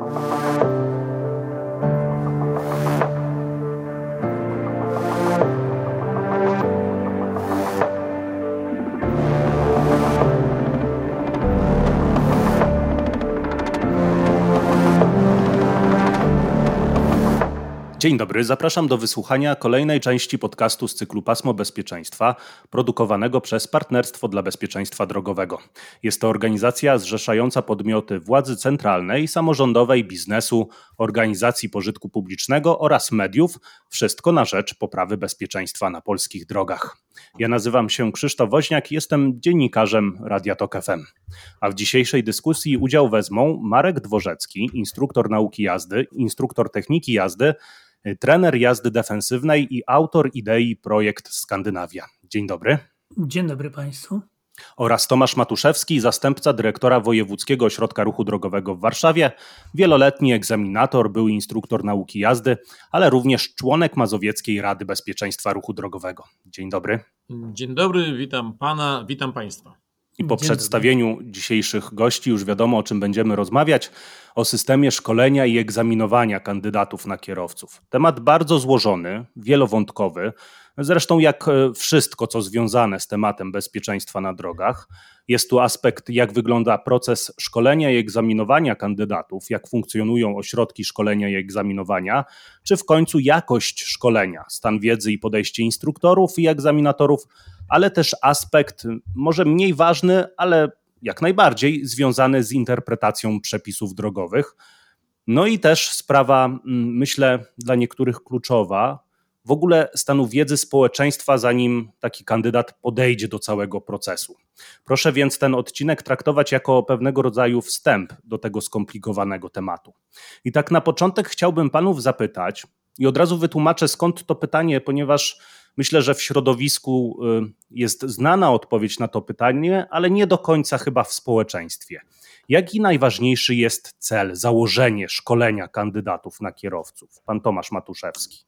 Dzień dobry, zapraszam do wysłuchania kolejnej części podcastu z cyklu Pasmo Bezpieczeństwa, produkowanego przez Partnerstwo dla Bezpieczeństwa Drogowego. Jest to organizacja zrzeszająca podmioty władzy centralnej, samorządowej, biznesu, organizacji pożytku publicznego oraz mediów, wszystko na rzecz poprawy bezpieczeństwa na polskich drogach. Ja nazywam się Krzysztof Woźniak i jestem dziennikarzem Radia Tok FM. A w dzisiejszej dyskusji udział wezmą Marek Dworzecki, instruktor nauki jazdy, instruktor techniki jazdy, trener jazdy defensywnej i autor idei Projekt Skandynawia. Dzień dobry. Dzień dobry Państwu. Oraz Tomasz Matuszewski, zastępca dyrektora Wojewódzkiego Ośrodka Ruchu Drogowego w Warszawie, wieloletni egzaminator, były instruktor nauki jazdy, ale również członek Mazowieckiej Rady Bezpieczeństwa Ruchu Drogowego. Dzień dobry. Dzień dobry, witam Pana, witam Państwa. I po przedstawieniu dzisiejszych gości już wiadomo, o czym będziemy rozmawiać, o systemie szkolenia i egzaminowania kandydatów na kierowców. Temat bardzo złożony, wielowątkowy, zresztą jak wszystko, co związane z tematem bezpieczeństwa na drogach. Jest tu aspekt, jak wygląda proces szkolenia i egzaminowania kandydatów, jak funkcjonują ośrodki szkolenia i egzaminowania, czy w końcu jakość szkolenia, stan wiedzy i podejście instruktorów i egzaminatorów, ale też aspekt może mniej ważny, ale jak najbardziej związany z interpretacją przepisów drogowych. No i też sprawa, myślę, dla niektórych kluczowa, w ogóle stanu wiedzy społeczeństwa, zanim taki kandydat podejdzie do całego procesu. Proszę więc ten odcinek traktować jako pewnego rodzaju wstęp do tego skomplikowanego tematu. I tak na początek chciałbym panów zapytać i od razu wytłumaczę, skąd to pytanie, ponieważ myślę, że w środowisku jest znana odpowiedź na to pytanie, ale nie do końca chyba w społeczeństwie. Jaki najważniejszy jest cel, założenie szkolenia kandydatów na kierowców? Pan Tomasz Matuszewski.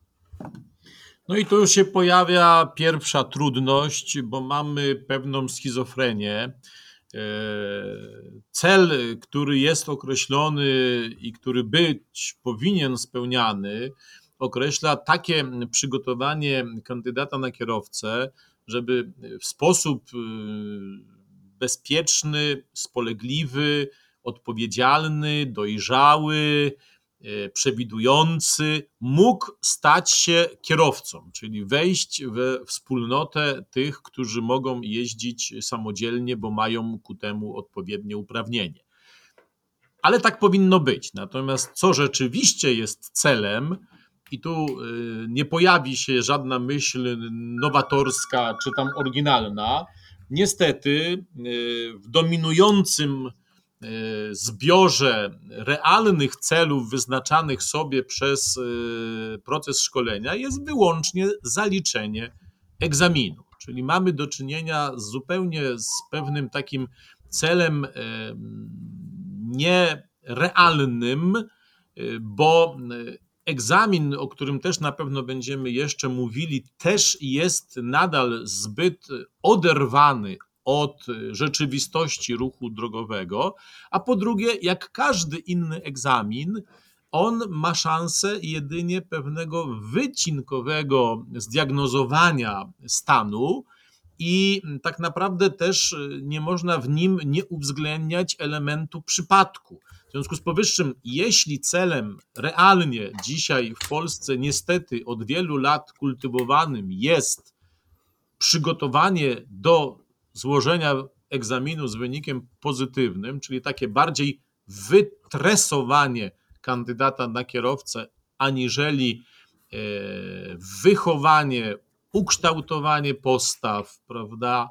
No i tu już się pojawia pierwsza trudność, bo mamy pewną schizofrenię. Cel, który jest określony i który być powinien spełniany, określa takie przygotowanie kandydata na kierowcę, żeby w sposób bezpieczny, spolegliwy, odpowiedzialny, dojrzały, przewidujący mógł stać się kierowcą, czyli wejść we wspólnotę tych, którzy mogą jeździć samodzielnie, bo mają ku temu odpowiednie uprawnienie. Ale tak powinno być. Natomiast co rzeczywiście jest celem, i tu nie pojawi się żadna myśl nowatorska czy tam oryginalna, niestety w dominującym zbiorze realnych celów wyznaczanych sobie przez proces szkolenia jest wyłącznie zaliczenie egzaminu. Czyli mamy do czynienia zupełnie z pewnym takim celem nierealnym, bo egzamin, o którym też na pewno będziemy jeszcze mówili, też jest nadal zbyt oderwany od rzeczywistości ruchu drogowego, a po drugie, jak każdy inny egzamin, on ma szansę jedynie pewnego wycinkowego zdiagnozowania stanu i tak naprawdę też nie można w nim nie uwzględniać elementu przypadku. W związku z powyższym, jeśli celem realnie dzisiaj w Polsce niestety od wielu lat kultywowanym jest przygotowanie do złożenia egzaminu z wynikiem pozytywnym, czyli takie bardziej wytresowanie kandydata na kierowcę, aniżeli wychowanie, ukształtowanie postaw, prawda,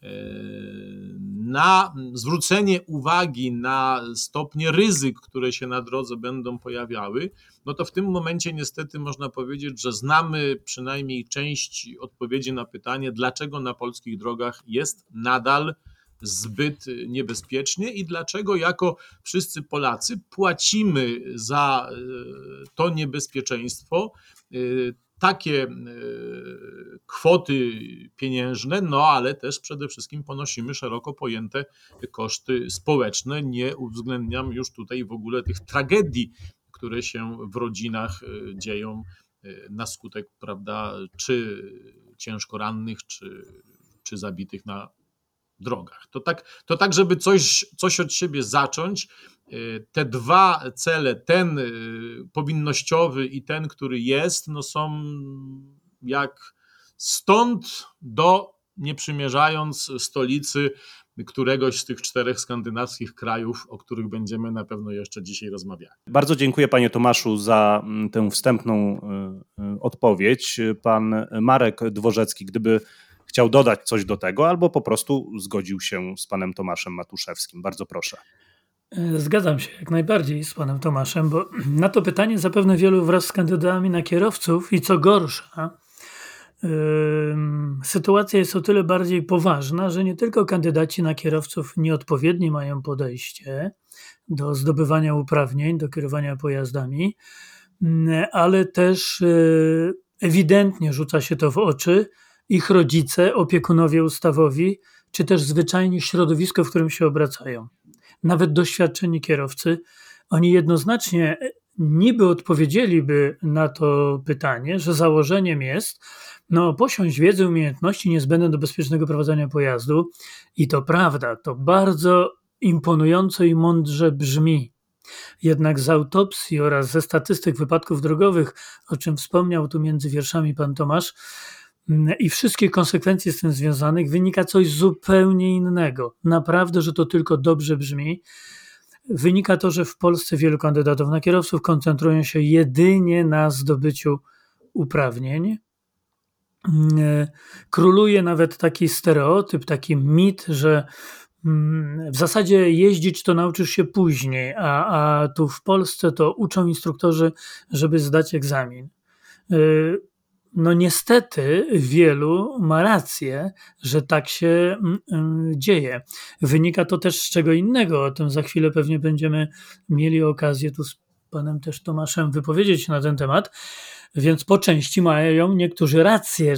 na zwrócenie uwagi na stopnie ryzyk, które się na drodze będą pojawiały, no to w tym momencie niestety można powiedzieć, że znamy przynajmniej część odpowiedzi na pytanie, dlaczego na polskich drogach jest nadal zbyt niebezpiecznie i dlaczego jako wszyscy Polacy płacimy za to niebezpieczeństwo takie kwoty pieniężne, no ale też przede wszystkim ponosimy szeroko pojęte koszty społeczne. Nie uwzględniam już tutaj w ogóle tych tragedii, które się w rodzinach dzieją na skutek, prawda, czy ciężko rannych, czy zabitych na drogach. To tak, żeby coś od siebie zacząć, te dwa cele, ten powinnościowy i ten, który jest, no są jak stąd do, nie przymierzając stolicy któregoś z tych 4 skandynawskich krajów, o których będziemy na pewno jeszcze dzisiaj rozmawiali. Bardzo dziękuję panie Tomaszu za tę wstępną odpowiedź. Pan Marek Dworzecki, gdyby chciał dodać coś do tego, albo po prostu zgodził się z panem Tomaszem Matuszewskim. Bardzo proszę. Zgadzam się jak najbardziej z panem Tomaszem, bo na to pytanie zapewne wielu wraz z kandydatami na kierowców i co gorsza, sytuacja jest o tyle bardziej poważna, że nie tylko kandydaci na kierowców nieodpowiednie mają podejście do zdobywania uprawnień, do kierowania pojazdami, ale też ewidentnie rzuca się to w oczy ich rodzice, opiekunowie ustawowi, czy też zwyczajnie środowisko, w którym się obracają. Nawet doświadczeni kierowcy, oni jednoznacznie niby odpowiedzieliby na to pytanie, że założeniem jest posiąść wiedzę, umiejętności niezbędne do bezpiecznego prowadzenia pojazdu i to prawda, to bardzo imponująco i mądrze brzmi. Jednak z autopsji oraz ze statystyk wypadków drogowych, o czym wspomniał tu między wierszami pan Tomasz, i wszystkie konsekwencje z tym związanych, wynika coś zupełnie innego. Naprawdę, że to tylko dobrze brzmi. Wynika to, że w Polsce wielu kandydatów na kierowców koncentrują się jedynie na zdobyciu uprawnień. Króluje nawet taki stereotyp, taki mit, że w zasadzie jeździć to nauczysz się później, a tu w Polsce to uczą instruktorzy, żeby zdać egzamin. Niestety wielu ma rację, że tak się dzieje. Wynika to też z czego innego, o tym za chwilę pewnie będziemy mieli okazję tu z panem też Tomaszem wypowiedzieć się na ten temat, więc po części mają niektórzy rację,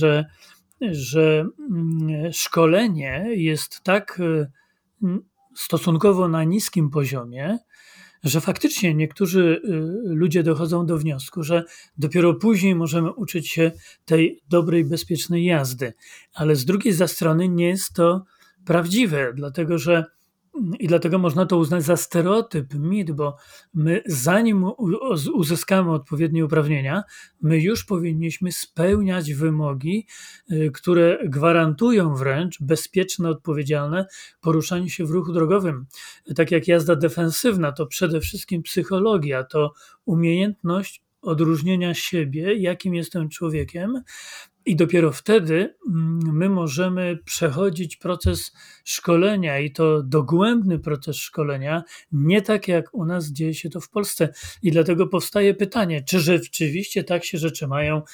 że szkolenie jest tak stosunkowo na niskim poziomie, że faktycznie niektórzy ludzie dochodzą do wniosku, że dopiero później możemy uczyć się tej dobrej, bezpiecznej jazdy. Ale z drugiej strony nie jest to prawdziwe, dlatego można to uznać za stereotyp, mit, bo my zanim uzyskamy odpowiednie uprawnienia, my już powinniśmy spełniać wymogi, które gwarantują wręcz bezpieczne, odpowiedzialne poruszanie się w ruchu drogowym. Tak jak jazda defensywna, to przede wszystkim psychologia, to umiejętność odróżnienia siebie, jakim jestem człowiekiem, i dopiero wtedy my możemy przechodzić proces szkolenia i to dogłębny proces szkolenia, nie tak jak u nas dzieje się to w Polsce. I dlatego powstaje pytanie, czy rzeczywiście tak się rzeczy mają,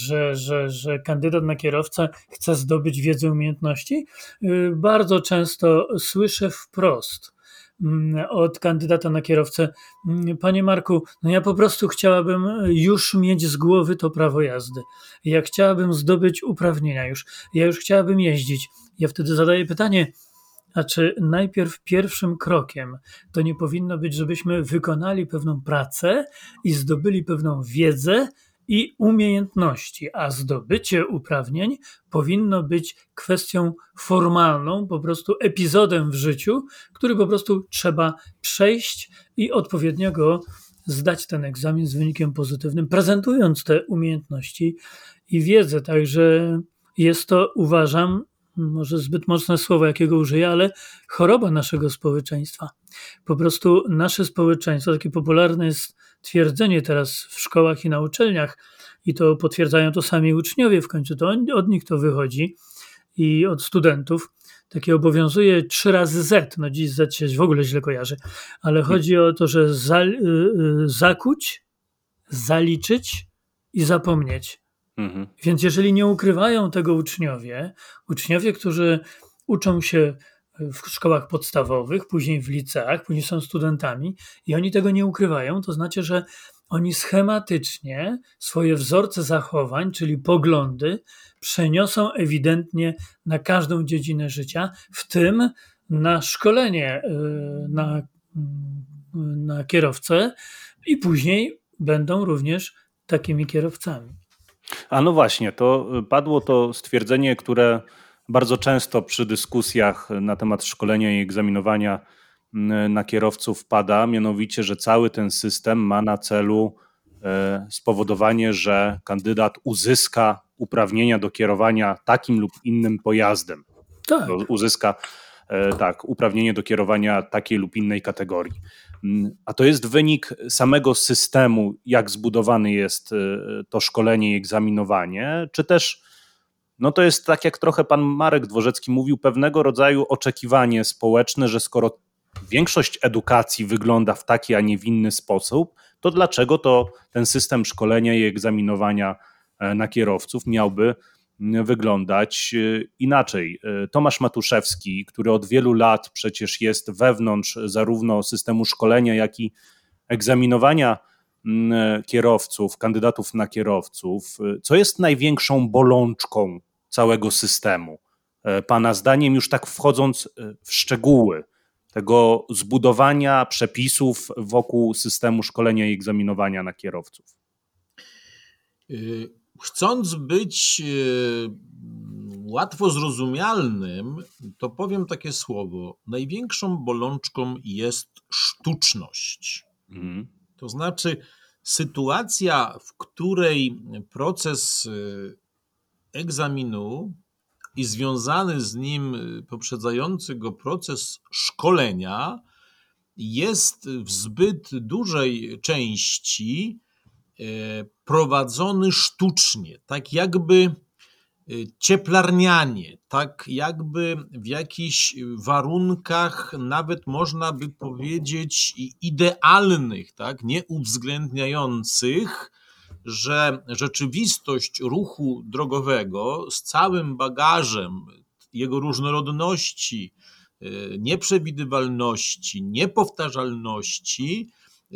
że kandydat na kierowcę chce zdobyć wiedzę i umiejętności? Bardzo często słyszę wprost od kandydata na kierowcę: panie Marku, ja po prostu chciałabym już mieć z głowy to prawo jazdy. Ja chciałabym zdobyć uprawnienia ja już chciałabym jeździć. Ja wtedy zadaję pytanie, a czy najpierw pierwszym krokiem to nie powinno być, żebyśmy wykonali pewną pracę i zdobyli pewną wiedzę i umiejętności, a zdobycie uprawnień powinno być kwestią formalną, po prostu epizodem w życiu, który po prostu trzeba przejść i odpowiednio go zdać, ten egzamin z wynikiem pozytywnym, prezentując te umiejętności i wiedzę. Także jest to, uważam, może zbyt mocne słowo, jakiego użyję, ale choroba naszego społeczeństwa. Po prostu nasze społeczeństwo, takie popularne jest twierdzenie teraz w szkołach i na uczelniach, i to potwierdzają to sami uczniowie, w końcu to od nich to wychodzi i od studentów. Takie obowiązuje 3 razy Z, dziś Z się w ogóle źle kojarzy, ale chodzi o to, że zakuć, zaliczyć i zapomnieć. Więc jeżeli nie ukrywają tego uczniowie, którzy uczą się w szkołach podstawowych, później w liceach, później są studentami i oni tego nie ukrywają, to znaczy, że oni schematycznie swoje wzorce zachowań, czyli poglądy, przeniosą ewidentnie na każdą dziedzinę życia, w tym na szkolenie na kierowcę i później będą również takimi kierowcami. A no właśnie, to padło to stwierdzenie, które bardzo często przy dyskusjach na temat szkolenia i egzaminowania na kierowców pada, mianowicie, że cały ten system ma na celu spowodowanie, że kandydat uzyska uprawnienia do kierowania takim lub innym pojazdem. Tak. Uzyska uprawnienie do kierowania takiej lub innej kategorii. A to jest wynik samego systemu, jak zbudowane jest to szkolenie i egzaminowanie, czy też to jest tak, jak trochę pan Marek Dworzecki mówił, pewnego rodzaju oczekiwanie społeczne, że skoro większość edukacji wygląda w taki, a nie w inny sposób, to dlaczego to ten system szkolenia i egzaminowania na kierowców miałby wyglądać inaczej. Tomasz Matuszewski, który od wielu lat przecież jest wewnątrz zarówno systemu szkolenia, jak i egzaminowania kierowców, kandydatów na kierowców, co jest największą bolączką całego systemu? Pana zdaniem, już tak wchodząc w szczegóły tego zbudowania przepisów wokół systemu szkolenia i egzaminowania na kierowców. Chcąc być łatwo zrozumialnym, to powiem takie słowo. Największą bolączką jest sztuczność. To znaczy sytuacja, w której proces egzaminu i związany z nim poprzedzający go proces szkolenia jest w zbyt dużej części prowadzony sztucznie, tak jakby cieplarnianie, tak jakby w jakichś warunkach nawet można by powiedzieć idealnych, tak, nie uwzględniających, że rzeczywistość ruchu drogowego z całym bagażem jego różnorodności, nieprzewidywalności, niepowtarzalności.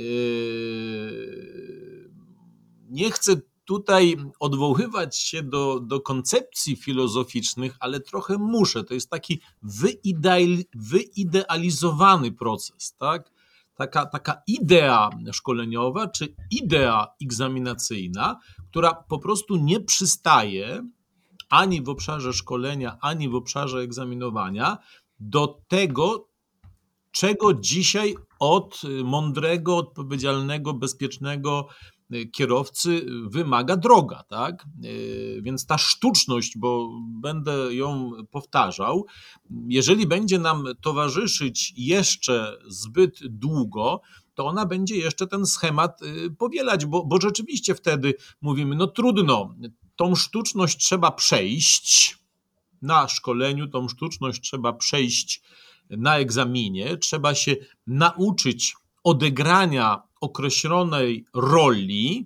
Nie chcę tutaj odwoływać się do koncepcji filozoficznych, ale trochę muszę. To jest taki wyidealizowany proces, tak? Taka idea szkoleniowa czy idea egzaminacyjna, która po prostu nie przystaje ani w obszarze szkolenia, ani w obszarze egzaminowania do tego, czego dzisiaj od mądrego, odpowiedzialnego, bezpiecznego kierowcy wymaga droga, tak? Więc ta sztuczność, bo będę ją powtarzał, jeżeli będzie nam towarzyszyć jeszcze zbyt długo, to ona będzie jeszcze ten schemat powielać, bo rzeczywiście wtedy mówimy, no trudno, tą sztuczność trzeba przejść na szkoleniu, tą sztuczność trzeba przejść na egzaminie, trzeba się nauczyć odegrania określonej roli.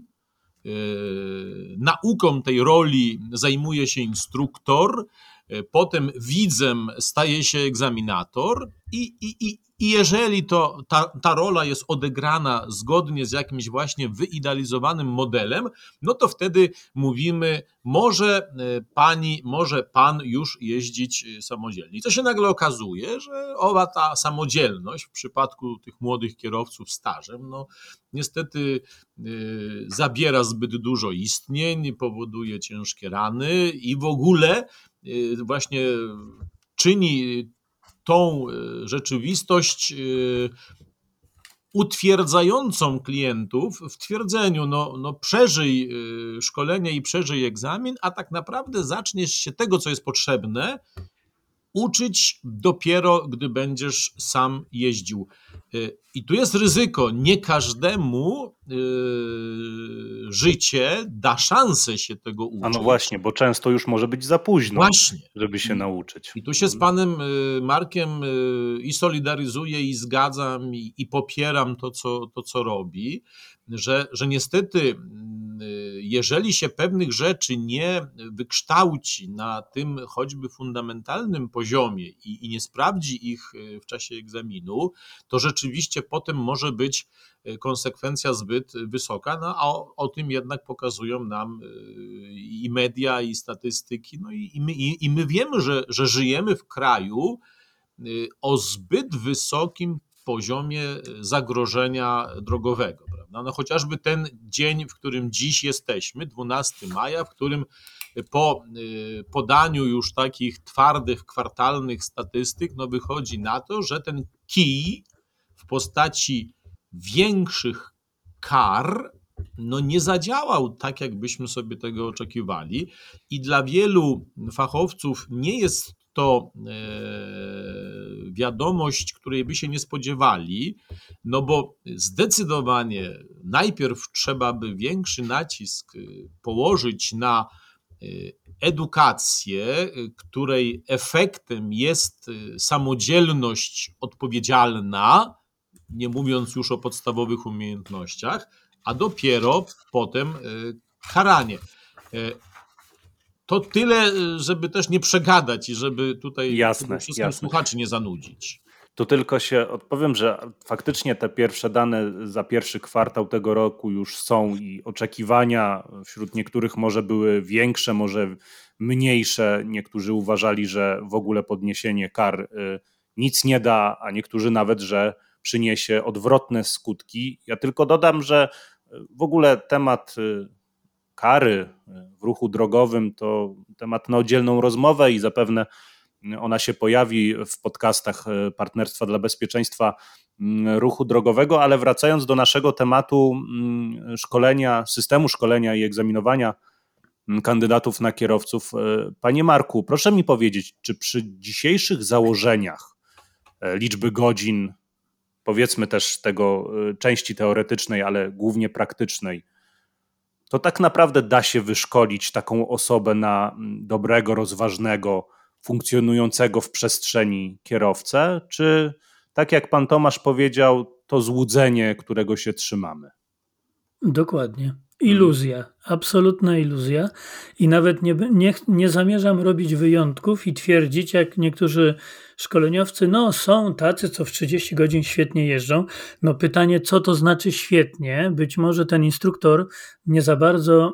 Nauką tej roli zajmuje się instruktor, potem widzem staje się egzaminator i jeżeli ta rola jest odegrana zgodnie z jakimś właśnie wyidealizowanym modelem, no to wtedy mówimy, może pani, może pan już jeździć samodzielnie. I co się nagle okazuje, że owa ta samodzielność w przypadku tych młodych kierowców stażem, no niestety zabiera zbyt dużo istnień, powoduje ciężkie rany i w ogóle właśnie czyni tą rzeczywistość utwierdzającą klientów w twierdzeniu, no przeżyj szkolenie i przeżyj egzamin, a tak naprawdę zaczniesz się tego, co jest potrzebne, uczyć dopiero, gdy będziesz sam jeździł. I tu jest ryzyko. Nie każdemu życie da szansę się tego uczyć. A no właśnie, bo często już może być za późno, żeby się nauczyć. I tu się z panem Markiem i solidaryzuję, i zgadzam, i popieram to, co robi, że niestety jeżeli się pewnych rzeczy nie wykształci na tym choćby fundamentalnym poziomie i nie sprawdzi ich w czasie egzaminu, to rzeczywiście potem może być konsekwencja zbyt wysoka, no a o tym jednak pokazują nam i media, i statystyki. No i my wiemy, że żyjemy w kraju o zbyt wysokim poziomie zagrożenia drogowego. Prawda? No chociażby ten dzień, w którym dziś jesteśmy, 12 maja, w którym po podaniu już takich twardych, kwartalnych statystyk, no wychodzi na to, że ten kij w postaci większych kar no nie zadziałał tak, jakbyśmy sobie tego oczekiwali i dla wielu fachowców nie jest to wiadomość, której by się nie spodziewali, no bo zdecydowanie najpierw trzeba by większy nacisk położyć na edukację, której efektem jest samodzielność odpowiedzialna, nie mówiąc już o podstawowych umiejętnościach, a dopiero potem karanie. To tyle, żeby też nie przegadać i żeby tutaj wszystkim słuchaczy nie zanudzić. Tu tylko się odpowiem, że faktycznie te pierwsze dane za pierwszy kwartał tego roku już są i oczekiwania wśród niektórych może były większe, może mniejsze. Niektórzy uważali, że w ogóle podniesienie kar nic nie da, a niektórzy nawet, że przyniesie odwrotne skutki. Ja tylko dodam, że w ogóle temat kary w ruchu drogowym to temat na oddzielną rozmowę i zapewne ona się pojawi w podcastach Partnerstwa dla Bezpieczeństwa Ruchu Drogowego, ale wracając do naszego tematu szkolenia, systemu szkolenia i egzaminowania kandydatów na kierowców. Panie Marku, proszę mi powiedzieć, czy przy dzisiejszych założeniach liczby godzin, powiedzmy też tego części teoretycznej, ale głównie praktycznej, to tak naprawdę da się wyszkolić taką osobę na dobrego, rozważnego, funkcjonującego w przestrzeni kierowcę, czy tak jak pan Tomasz powiedział, to złudzenie, którego się trzymamy? Dokładnie. Iluzja, absolutna iluzja i nawet nie zamierzam robić wyjątków i twierdzić, jak niektórzy szkoleniowcy, no są tacy, co w 30 godzin świetnie jeżdżą. No pytanie, co to znaczy świetnie? Być może ten instruktor nie za bardzo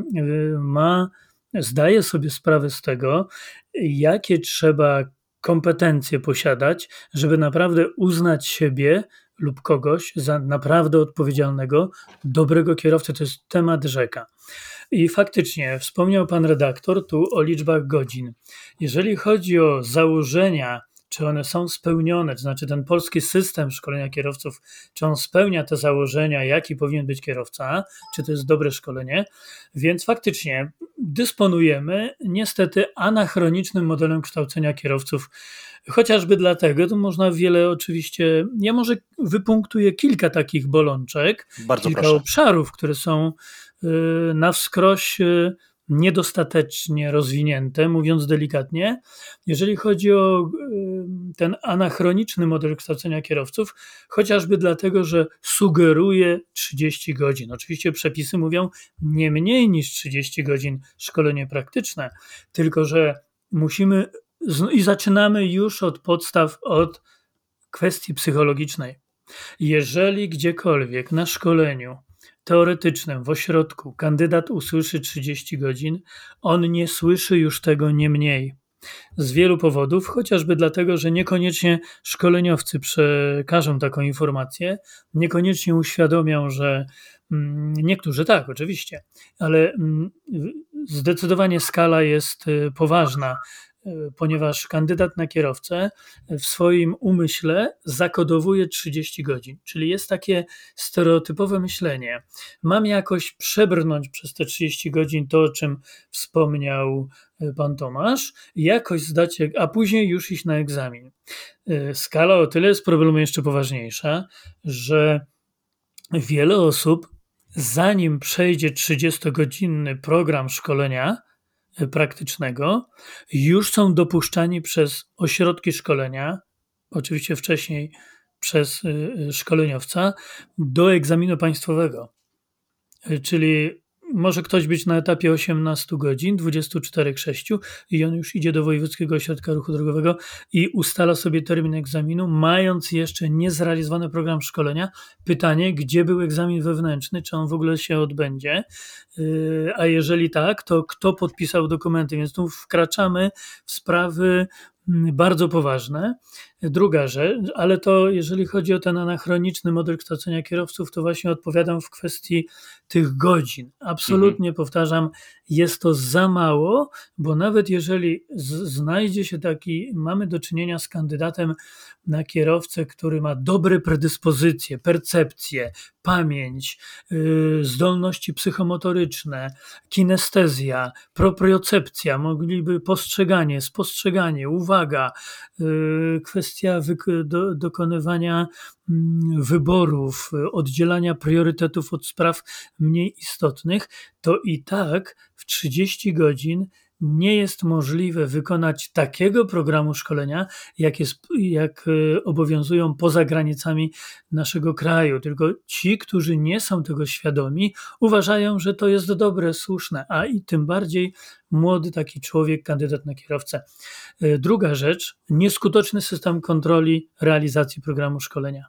zdaje sobie sprawę z tego, jakie trzeba kompetencje posiadać, żeby naprawdę uznać siebie lub kogoś za naprawdę odpowiedzialnego, dobrego kierowcę. To jest temat rzeka. I faktycznie wspomniał pan redaktor tu o liczbach godzin. Jeżeli chodzi o założenia, czy one są spełnione, to znaczy ten polski system szkolenia kierowców, czy on spełnia te założenia, jaki powinien być kierowca, czy to jest dobre szkolenie, więc faktycznie dysponujemy niestety anachronicznym modelem kształcenia kierowców, chociażby dlatego, to można wiele oczywiście, ja może wypunktuję kilka takich bolączek, kilka obszarów, które są na wskroś niedostatecznie rozwinięte, mówiąc delikatnie. Jeżeli chodzi o ten anachroniczny model kształcenia kierowców, chociażby dlatego, że sugeruje 30 godzin. Oczywiście przepisy mówią nie mniej niż 30 godzin szkolenie praktyczne, tylko że musimy i zaczynamy już od podstaw, od kwestii psychologicznej. Jeżeli gdziekolwiek na szkoleniu teoretycznym w ośrodku kandydat usłyszy 30 godzin, on nie słyszy już tego nie mniej. Z wielu powodów, chociażby dlatego, że niekoniecznie szkoleniowcy przekażą taką informację, niekoniecznie uświadomią, że niektórzy tak, oczywiście, ale zdecydowanie skala jest poważna, ponieważ kandydat na kierowcę w swoim umyśle zakodowuje 30 godzin, czyli jest takie stereotypowe myślenie. Mam jakoś przebrnąć przez te 30 godzin to, o czym wspomniał pan Tomasz, jakoś zdać, a później już iść na egzamin. Skala o tyle jest problemu jeszcze poważniejsza, że wiele osób, zanim przejdzie 30-godzinny program szkolenia praktycznego, już są dopuszczani przez ośrodki szkolenia, oczywiście wcześniej przez szkoleniowca, do egzaminu państwowego. Czyli może ktoś być na etapie 18 godzin, 24/6 i on już idzie do Wojewódzkiego Ośrodka Ruchu Drogowego i ustala sobie termin egzaminu, mając jeszcze niezrealizowany program szkolenia. Pytanie, gdzie był egzamin wewnętrzny, czy on w ogóle się odbędzie, a jeżeli tak, to kto podpisał dokumenty, więc tu wkraczamy w sprawy bardzo poważne. Druga rzecz, ale to jeżeli chodzi o ten anachroniczny model kształcenia kierowców, to właśnie odpowiadam w kwestii tych godzin. Absolutnie powtarzam, jest to za mało, bo nawet jeżeli znajdzie się mamy do czynienia z kandydatem na kierowcę, który ma dobre predyspozycje, percepcję, pamięć, zdolności psychomotoryczne, kinestezja, propriocepcja, mogliby spostrzeganie, uwaga, kwestia dokonywania wyborów, oddzielania priorytetów od spraw mniej istotnych, to i tak w 30 godzin nie jest możliwe wykonać takiego programu szkolenia, jak obowiązują poza granicami naszego kraju. Tylko ci, którzy nie są tego świadomi, uważają, że to jest dobre, słuszne, a i tym bardziej młody taki człowiek, kandydat na kierowcę. Druga rzecz, nieskuteczny system kontroli realizacji programu szkolenia.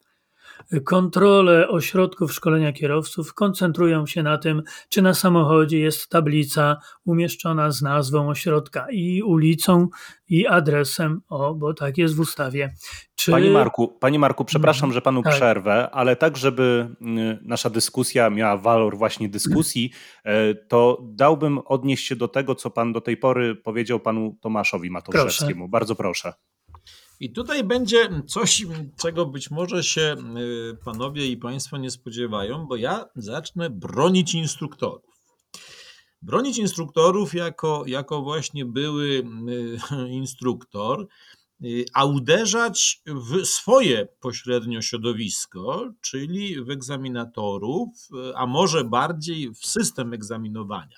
Kontrole ośrodków szkolenia kierowców koncentrują się na tym, czy na samochodzie jest tablica umieszczona z nazwą ośrodka i ulicą i adresem, bo tak jest w ustawie. Panie Marku, przepraszam, że panu przerwę, ale tak, żeby nasza dyskusja miała walor właśnie dyskusji, to dałbym odnieść się do tego, co pan do tej pory powiedział panu Tomaszowi Matuszewskiemu. Proszę. Bardzo proszę. I tutaj będzie coś, czego być może się panowie i państwo nie spodziewają, bo ja zacznę bronić instruktorów. Bronić instruktorów jako właśnie były instruktor, a uderzać w swoje pośrednio środowisko, czyli w egzaminatorów, a może bardziej w system egzaminowania.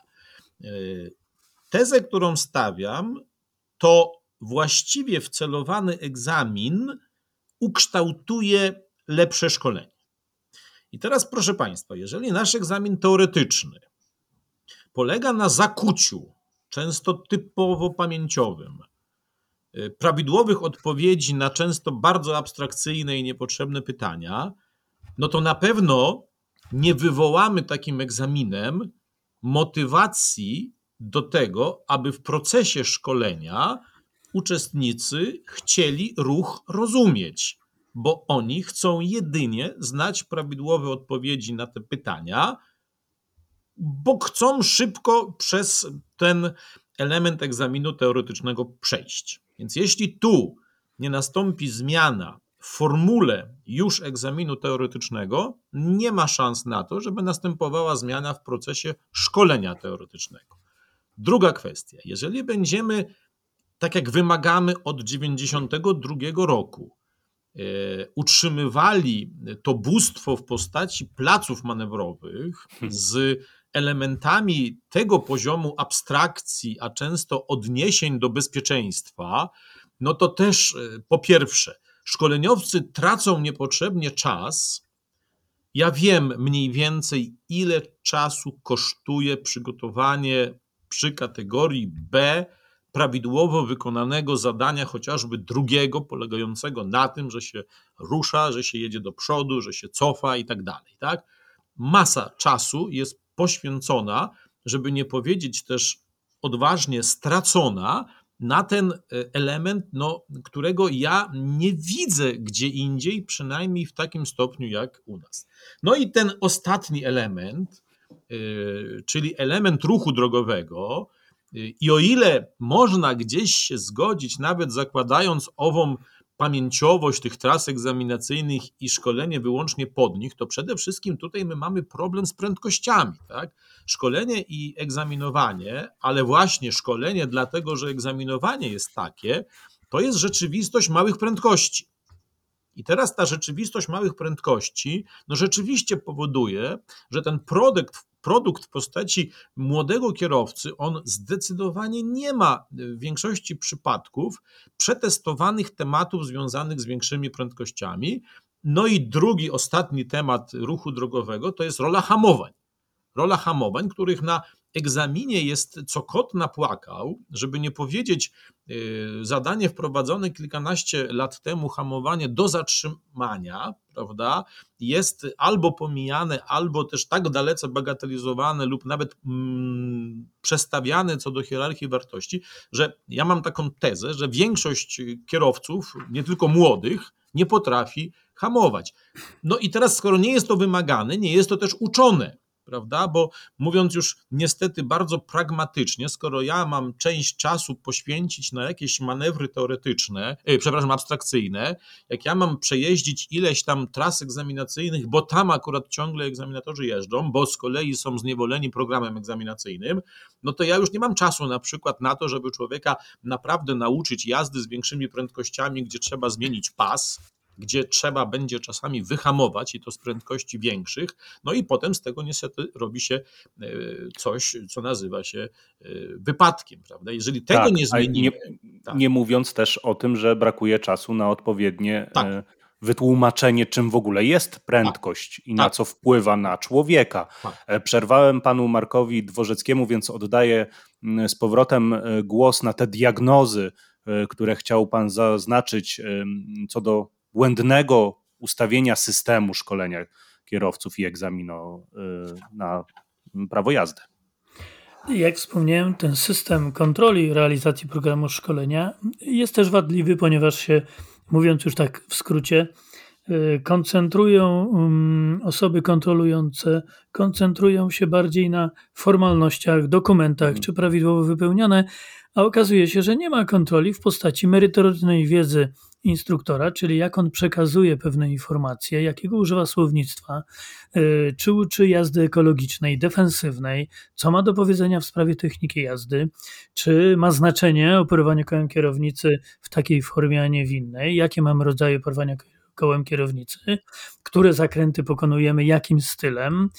Tezę, którą stawiam, to właściwie wcelowany egzamin ukształtuje lepsze szkolenie. I teraz proszę państwa, jeżeli nasz egzamin teoretyczny polega na zakuciu, często typowo pamięciowym, prawidłowych odpowiedzi na często bardzo abstrakcyjne i niepotrzebne pytania, no to na pewno nie wywołamy takim egzaminem motywacji do tego, aby w procesie szkolenia uczestnicy chcieli ruch rozumieć, bo oni chcą jedynie znać prawidłowe odpowiedzi na te pytania, bo chcą szybko przez ten element egzaminu teoretycznego przejść. Więc jeśli tu nie nastąpi zmiana w formule już egzaminu teoretycznego, nie ma szans na to, żeby następowała zmiana w procesie szkolenia teoretycznego. Druga kwestia. Jeżeli będziemy, tak jak wymagamy od 1992 roku, utrzymywali to bóstwo w postaci placów manewrowych z elementami tego poziomu abstrakcji, a często odniesień do bezpieczeństwa, no to też po pierwsze, szkoleniowcy tracą niepotrzebnie czas. Ja wiem mniej więcej, ile czasu kosztuje przygotowanie przy kategorii B prawidłowo wykonanego zadania, chociażby drugiego, polegającego na tym, że się rusza, że się jedzie do przodu, że się cofa i tak dalej. Tak? Masa czasu jest poświęcona, żeby nie powiedzieć też odważnie stracona, na ten element, którego ja nie widzę gdzie indziej, przynajmniej w takim stopniu jak u nas. No i ten ostatni element, czyli element ruchu drogowego, i o ile można gdzieś się zgodzić, nawet zakładając ową pamięciowość tych tras egzaminacyjnych i szkolenie wyłącznie pod nich, to przede wszystkim tutaj my mamy problem z prędkościami. Tak? Szkolenie i egzaminowanie, ale właśnie szkolenie dlatego, że egzaminowanie jest takie, to jest rzeczywistość małych prędkości. I teraz ta rzeczywistość małych prędkości rzeczywiście powoduje, że ten produkt w postaci młodego kierowcy, on zdecydowanie nie ma w większości przypadków przetestowanych tematów związanych z większymi prędkościami. No i drugi, ostatni temat ruchu drogowego to jest rola hamowań. rola hamowań, których na egzaminie jest co kot napłakał, żeby nie powiedzieć zadanie wprowadzone kilkanaście lat temu, hamowanie do zatrzymania, prawda, jest albo pomijane, albo też tak dalece bagatelizowane lub nawet przestawiane co do hierarchii wartości, że ja mam taką tezę, że większość kierowców, nie tylko młodych, nie potrafi hamować. No i teraz, skoro nie jest to wymagane, nie jest to też uczone, prawda? Bo mówiąc już niestety bardzo pragmatycznie, skoro ja mam część czasu poświęcić na jakieś manewry teoretyczne, abstrakcyjne, jak ja mam przejeździć ileś tam tras egzaminacyjnych, bo tam akurat ciągle egzaminatorzy jeżdżą, bo z kolei są zniewoleni programem egzaminacyjnym, no to ja już nie mam czasu na przykład na to, żeby człowieka naprawdę nauczyć jazdy z większymi prędkościami, gdzie trzeba zmienić pas, gdzie trzeba będzie czasami wyhamować i to z prędkości większych, no i potem z tego niestety robi się coś, co nazywa się wypadkiem, prawda? Jeżeli tego nie zmienimy... Nie mówiąc też o tym, że brakuje czasu na odpowiednie wytłumaczenie, czym w ogóle jest prędkość i na co wpływa na człowieka. Przerwałem panu Markowi Dworzeckiemu, więc oddaję z powrotem głos na te diagnozy, które chciał pan zaznaczyć co do błędnego ustawienia systemu szkolenia kierowców i egzaminu na prawo jazdy. Jak wspomniałem, ten system kontroli realizacji programu szkolenia jest też wadliwy, ponieważ się, mówiąc już tak w skrócie, osoby kontrolujące koncentrują się bardziej na formalnościach, dokumentach, czy prawidłowo wypełnione, a okazuje się, że nie ma kontroli w postaci merytorycznej wiedzy instruktora, czyli jak on przekazuje pewne informacje, jakiego używa słownictwa, czy uczy jazdy ekologicznej, defensywnej, co ma do powiedzenia w sprawie techniki jazdy, czy ma znaczenie operowanie kołem kierownicy w takiej formie, a nie w innej, jakie mamy rodzaje operowania kołem kierownicy, które zakręty pokonujemy, jakim stylem,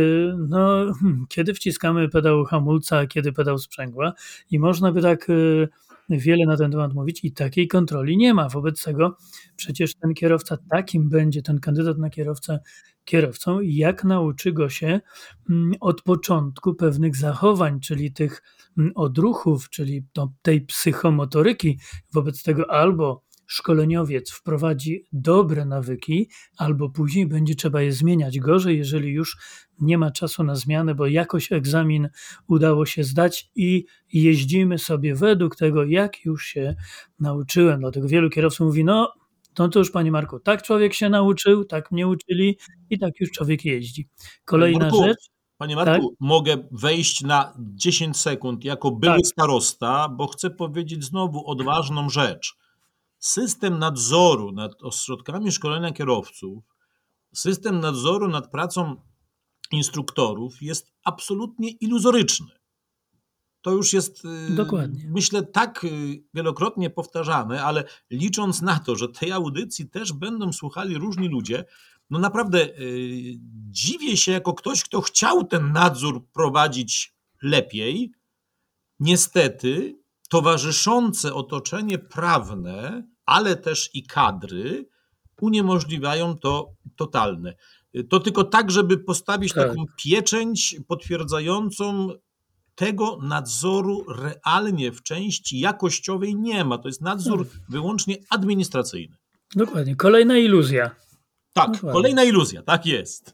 kiedy wciskamy pedał hamulca, a kiedy pedał sprzęgła i można by tak wiele na ten temat mówić i takiej kontroli nie ma. Wobec tego przecież ten kierowca takim będzie, ten kandydat na kierowcę kierowcą, jak nauczy go się od początku pewnych zachowań, czyli tych odruchów, czyli tej psychomotoryki. Wobec tego albo szkoleniowiec wprowadzi dobre nawyki, albo później będzie trzeba je zmieniać. Gorzej, jeżeli już nie ma czasu na zmianę, bo jakoś egzamin udało się zdać i jeździmy sobie według tego, jak już się nauczyłem. Dlatego wielu kierowców mówi, no to już panie Marku, tak człowiek się nauczył, tak mnie uczyli i tak już człowiek jeździ. Kolejna rzecz. Panie Marku, mogę wejść na 10 sekund jako były starosta, bo chcę powiedzieć znowu odważną rzecz. System nadzoru nad ośrodkami szkolenia kierowców, system nadzoru nad pracą instruktorów jest absolutnie iluzoryczny. To już jest, myślę, tak wielokrotnie powtarzane, ale licząc na to, że tej audycji też będą słuchali różni ludzie, no naprawdę dziwię się jako ktoś, kto chciał ten nadzór prowadzić lepiej. Niestety towarzyszące otoczenie prawne, ale też i kadry uniemożliwiają to totalne. To tylko tak, żeby postawić taką pieczęć potwierdzającą, tego nadzoru realnie w części jakościowej nie ma. To jest nadzór wyłącznie administracyjny. Dokładnie. Kolejna iluzja. Tak, dokładnie. Kolejna iluzja, tak jest.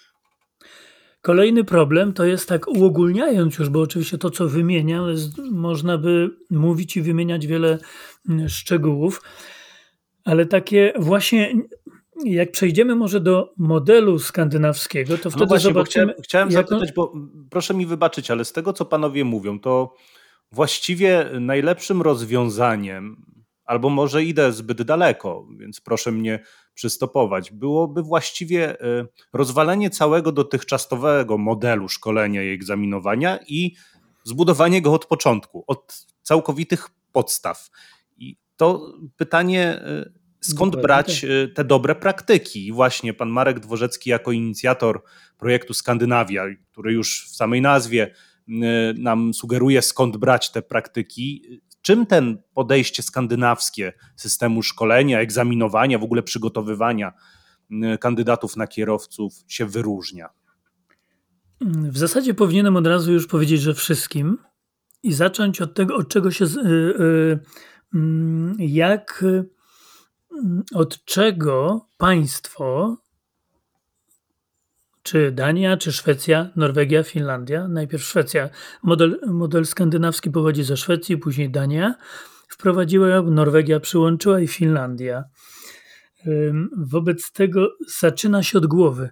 Kolejny problem to jest, tak uogólniając już, bo oczywiście to, co wymieniam, można by mówić i wymieniać wiele szczegółów, ale takie właśnie, jak przejdziemy może do modelu skandynawskiego, to wtedy zobaczymy... Chciałem zapytać, bo proszę mi wybaczyć, ale z tego, co panowie mówią, to właściwie najlepszym rozwiązaniem, albo może idę zbyt daleko, więc proszę mnie przystopować, byłoby właściwie rozwalenie całego dotychczasowego modelu szkolenia i egzaminowania i zbudowanie go od początku, od całkowitych podstaw. I to pytanie, skąd brać te dobre praktyki? I właśnie pan Marek Dworzecki jako inicjator projektu Skandynawia, który już w samej nazwie nam sugeruje, skąd brać te praktyki. Czym ten podejście skandynawskie systemu szkolenia, egzaminowania, w ogóle przygotowywania kandydatów na kierowców się wyróżnia? W zasadzie powinienem od razu już powiedzieć, że wszystkim i zacząć od tego, od czego się, od czego państwo, czy Dania, czy Szwecja, Norwegia, Finlandia, najpierw Szwecja, model skandynawski pochodzi ze Szwecji, później Dania, wprowadziła, Norwegia przyłączyła i Finlandia. Wobec tego zaczyna się od głowy.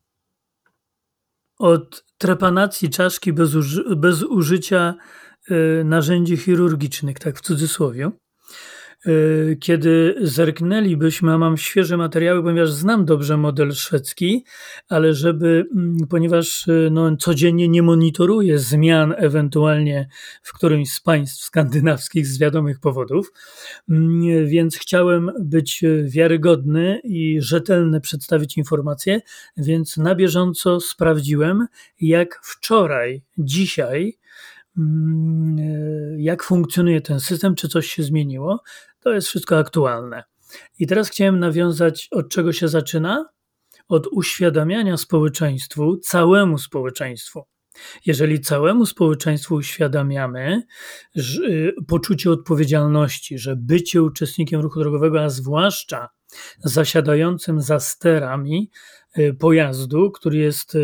Od trepanacji czaszki bez użycia narzędzi chirurgicznych, tak w cudzysłowie. Kiedy zerknęlibyśmy, a mam świeże materiały, ponieważ znam dobrze model szwedzki, ale ponieważ codziennie nie monitoruję zmian ewentualnie w którymś z państw skandynawskich z wiadomych powodów, więc chciałem być wiarygodny i rzetelnie przedstawić informacje, więc na bieżąco sprawdziłem, jak wczoraj, dzisiaj, jak funkcjonuje ten system, czy coś się zmieniło. To jest wszystko aktualne. I teraz chciałem nawiązać, od czego się zaczyna? Od uświadamiania społeczeństwu, całemu społeczeństwu. Jeżeli całemu społeczeństwu uświadamiamy poczucie odpowiedzialności, że bycie uczestnikiem ruchu drogowego, a zwłaszcza zasiadającym za sterami pojazdu, który jest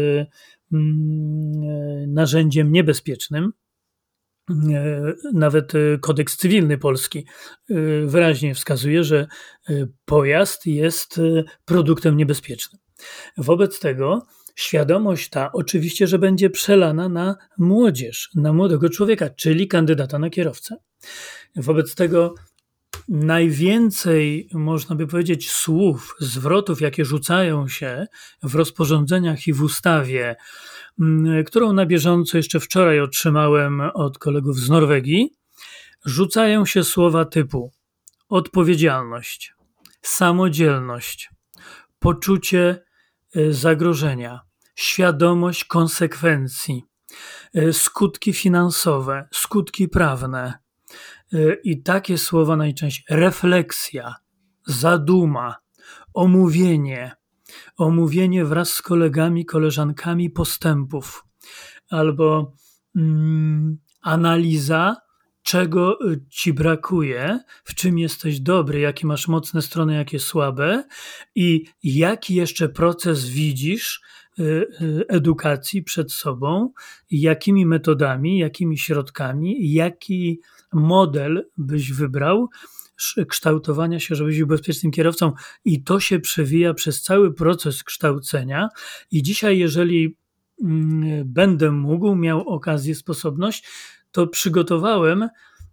narzędziem niebezpiecznym, nawet kodeks cywilny polski wyraźnie wskazuje, że pojazd jest produktem niebezpiecznym. Wobec tego świadomość ta oczywiście, że będzie przelana na młodzież, na młodego człowieka, czyli kandydata na kierowcę. Wobec tego najwięcej, można by powiedzieć, słów, zwrotów, jakie rzucają się w rozporządzeniach i w ustawie, którą na bieżąco jeszcze wczoraj otrzymałem od kolegów z Norwegii, rzucają się słowa typu odpowiedzialność, samodzielność, poczucie zagrożenia, świadomość konsekwencji, skutki finansowe, skutki prawne i takie słowa najczęściej refleksja, zaduma, omówienie wraz z kolegami, koleżankami postępów albo analiza, czego ci brakuje, w czym jesteś dobry, jakie masz mocne strony, jakie słabe i jaki jeszcze proces widzisz edukacji przed sobą, jakimi metodami, jakimi środkami, jaki model byś wybrał kształtowania się, żebyś był bezpiecznym kierowcą i to się przewija przez cały proces kształcenia i dzisiaj, jeżeli będę mógł, miał okazję, sposobność, to przygotowałem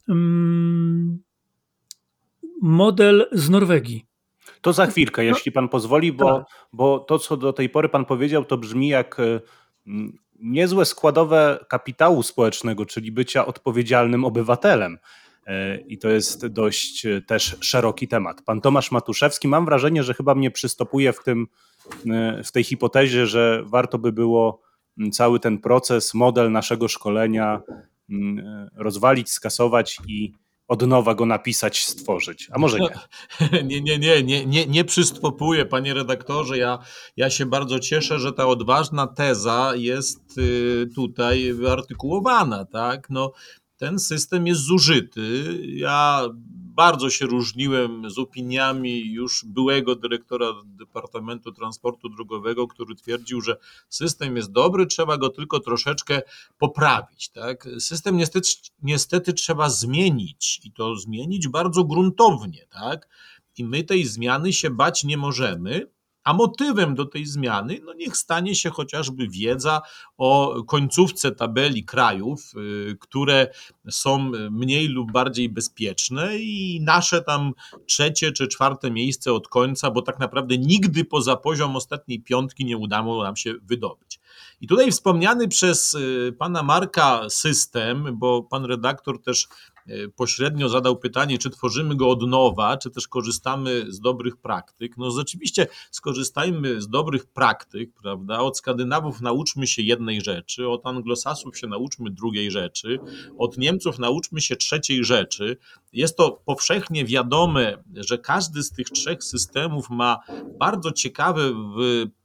model z Norwegii. To za chwilkę, jeśli pan pozwoli, bo to, co do tej pory pan powiedział, to brzmi jak niezłe składowe kapitału społecznego, czyli bycia odpowiedzialnym obywatelem. I to jest dość też szeroki temat. Pan Tomasz Matuszewski, mam wrażenie, że chyba mnie przystopuje w tej hipotezie, że warto by było cały ten proces, model naszego szkolenia rozwalić, skasować i od nowa go napisać, stworzyć. A może nie? Nie przystępuję, panie redaktorze. Ja się bardzo cieszę, że ta odważna teza jest tutaj wyartykułowana, tak? No, ten system jest zużyty. Ja bardzo się różniłem z opiniami już byłego dyrektora Departamentu Transportu Drogowego, który twierdził, że system jest dobry, trzeba go tylko troszeczkę poprawić. Tak? System niestety trzeba zmienić i to zmienić bardzo gruntownie. Tak? I my tej zmiany się bać nie możemy. A motywem do tej zmiany, niech stanie się chociażby wiedza o końcówce tabeli krajów, które są mniej lub bardziej bezpieczne i nasze tam 3. czy 4. miejsce od końca, bo tak naprawdę nigdy poza poziom ostatniej 5 nie udało nam się wydobyć. I tutaj wspomniany przez pana Marka system, bo pan redaktor też pośrednio zadał pytanie, czy tworzymy go od nowa, czy też korzystamy z dobrych praktyk. No rzeczywiście skorzystajmy z dobrych praktyk, prawda? Od Skandynawów nauczmy się jednej rzeczy, od Anglosasów się nauczmy drugiej rzeczy, od Niemców nauczmy się trzeciej rzeczy. Jest to powszechnie wiadome, że każdy z tych 3 systemów ma bardzo ciekawe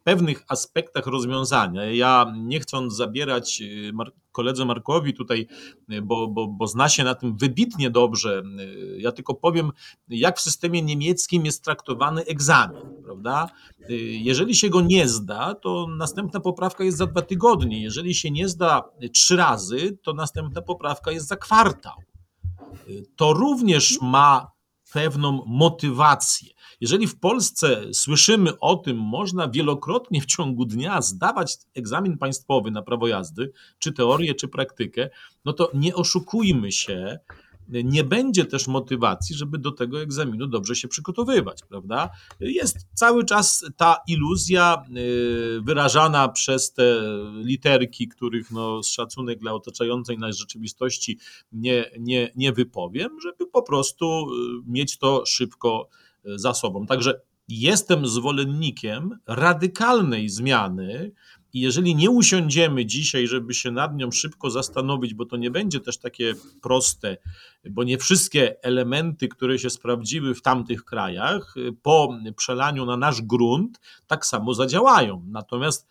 pewnych aspektach rozwiązania. Ja nie chcąc zabierać koledze Markowi tutaj, bo zna się na tym wybitnie dobrze, ja tylko powiem, jak w systemie niemieckim jest traktowany egzamin, prawda? Jeżeli się go nie zda, to następna poprawka jest za 2 tygodnie. Jeżeli się nie zda 3 razy, to następna poprawka jest za kwartał. To również ma pewną motywację. Jeżeli w Polsce słyszymy o tym, można wielokrotnie w ciągu dnia zdawać egzamin państwowy na prawo jazdy, czy teorię, czy praktykę, no to nie oszukujmy się, nie będzie też motywacji, żeby do tego egzaminu dobrze się przygotowywać, prawda? Jest cały czas ta iluzja wyrażana przez te literki, których z szacunek dla otaczającej nas rzeczywistości nie wypowiem, żeby po prostu mieć to szybko za sobą. Także jestem zwolennikiem radykalnej zmiany i jeżeli nie usiądziemy dzisiaj, żeby się nad nią szybko zastanowić, bo to nie będzie też takie proste, bo nie wszystkie elementy, które się sprawdziły w tamtych krajach, po przelaniu na nasz grunt tak samo zadziałają. Natomiast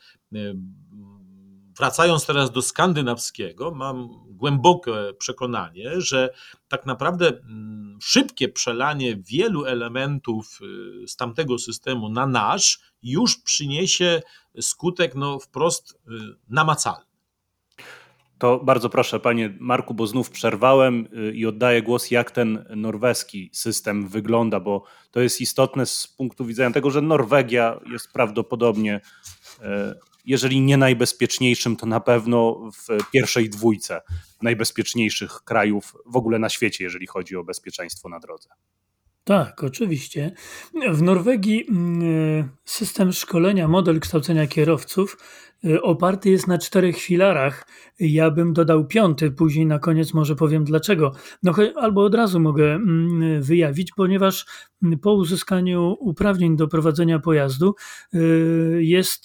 wracając teraz do skandynawskiego, mam głębokie przekonanie, że tak naprawdę szybkie przelanie wielu elementów z tamtego systemu na nasz już przyniesie skutek wprost namacalny. To bardzo proszę, panie Marku, bo znów przerwałem i oddaję głos, jak ten norweski system wygląda, bo to jest istotne z punktu widzenia tego, że Norwegia jest prawdopodobnie, jeżeli nie najbezpieczniejszym, to na pewno w pierwszej dwójce najbezpieczniejszych krajów w ogóle na świecie, jeżeli chodzi o bezpieczeństwo na drodze. Tak, oczywiście. W Norwegii system szkolenia, model kształcenia kierowców oparty jest na 4 filarach. Ja bym dodał 5, później na koniec może powiem dlaczego. Albo od razu mogę wyjawić, ponieważ po uzyskaniu uprawnień do prowadzenia pojazdu jest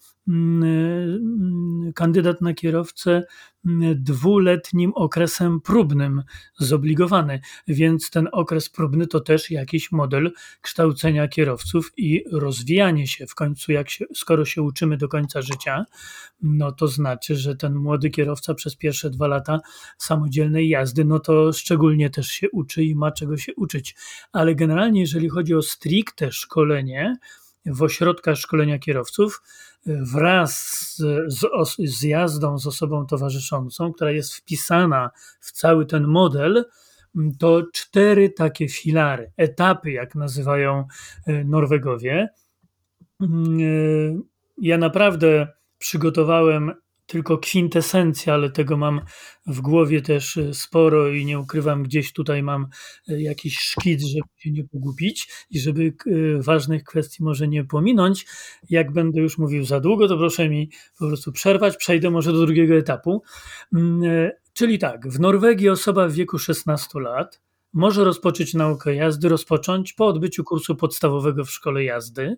kandydat na kierowcę 2-letnim okresem próbnym zobligowany, więc ten okres próbny to też jakiś model kształcenia kierowców i rozwijanie się. W końcu, skoro się uczymy do końca życia, no to znaczy, że ten młody kierowca przez pierwsze 2 lata samodzielnej jazdy, no to szczególnie też się uczy i ma czego się uczyć. Ale generalnie, jeżeli chodzi o stricte szkolenie w ośrodkach szkolenia kierowców, wraz z jazdą z osobą towarzyszącą, która jest wpisana w cały ten model, to 4 takie filary, etapy, jak nazywają Norwegowie. Ja naprawdę przygotowałem tylko kwintesencję, ale tego mam w głowie też sporo i nie ukrywam, gdzieś tutaj mam jakiś szkic, żeby się nie pogubić i żeby ważnych kwestii może nie pominąć. Jak będę już mówił za długo, to proszę mi po prostu przerwać, przejdę może do drugiego etapu. Czyli tak, w Norwegii osoba w wieku 16 lat może rozpocząć naukę jazdy, po odbyciu kursu podstawowego w szkole jazdy.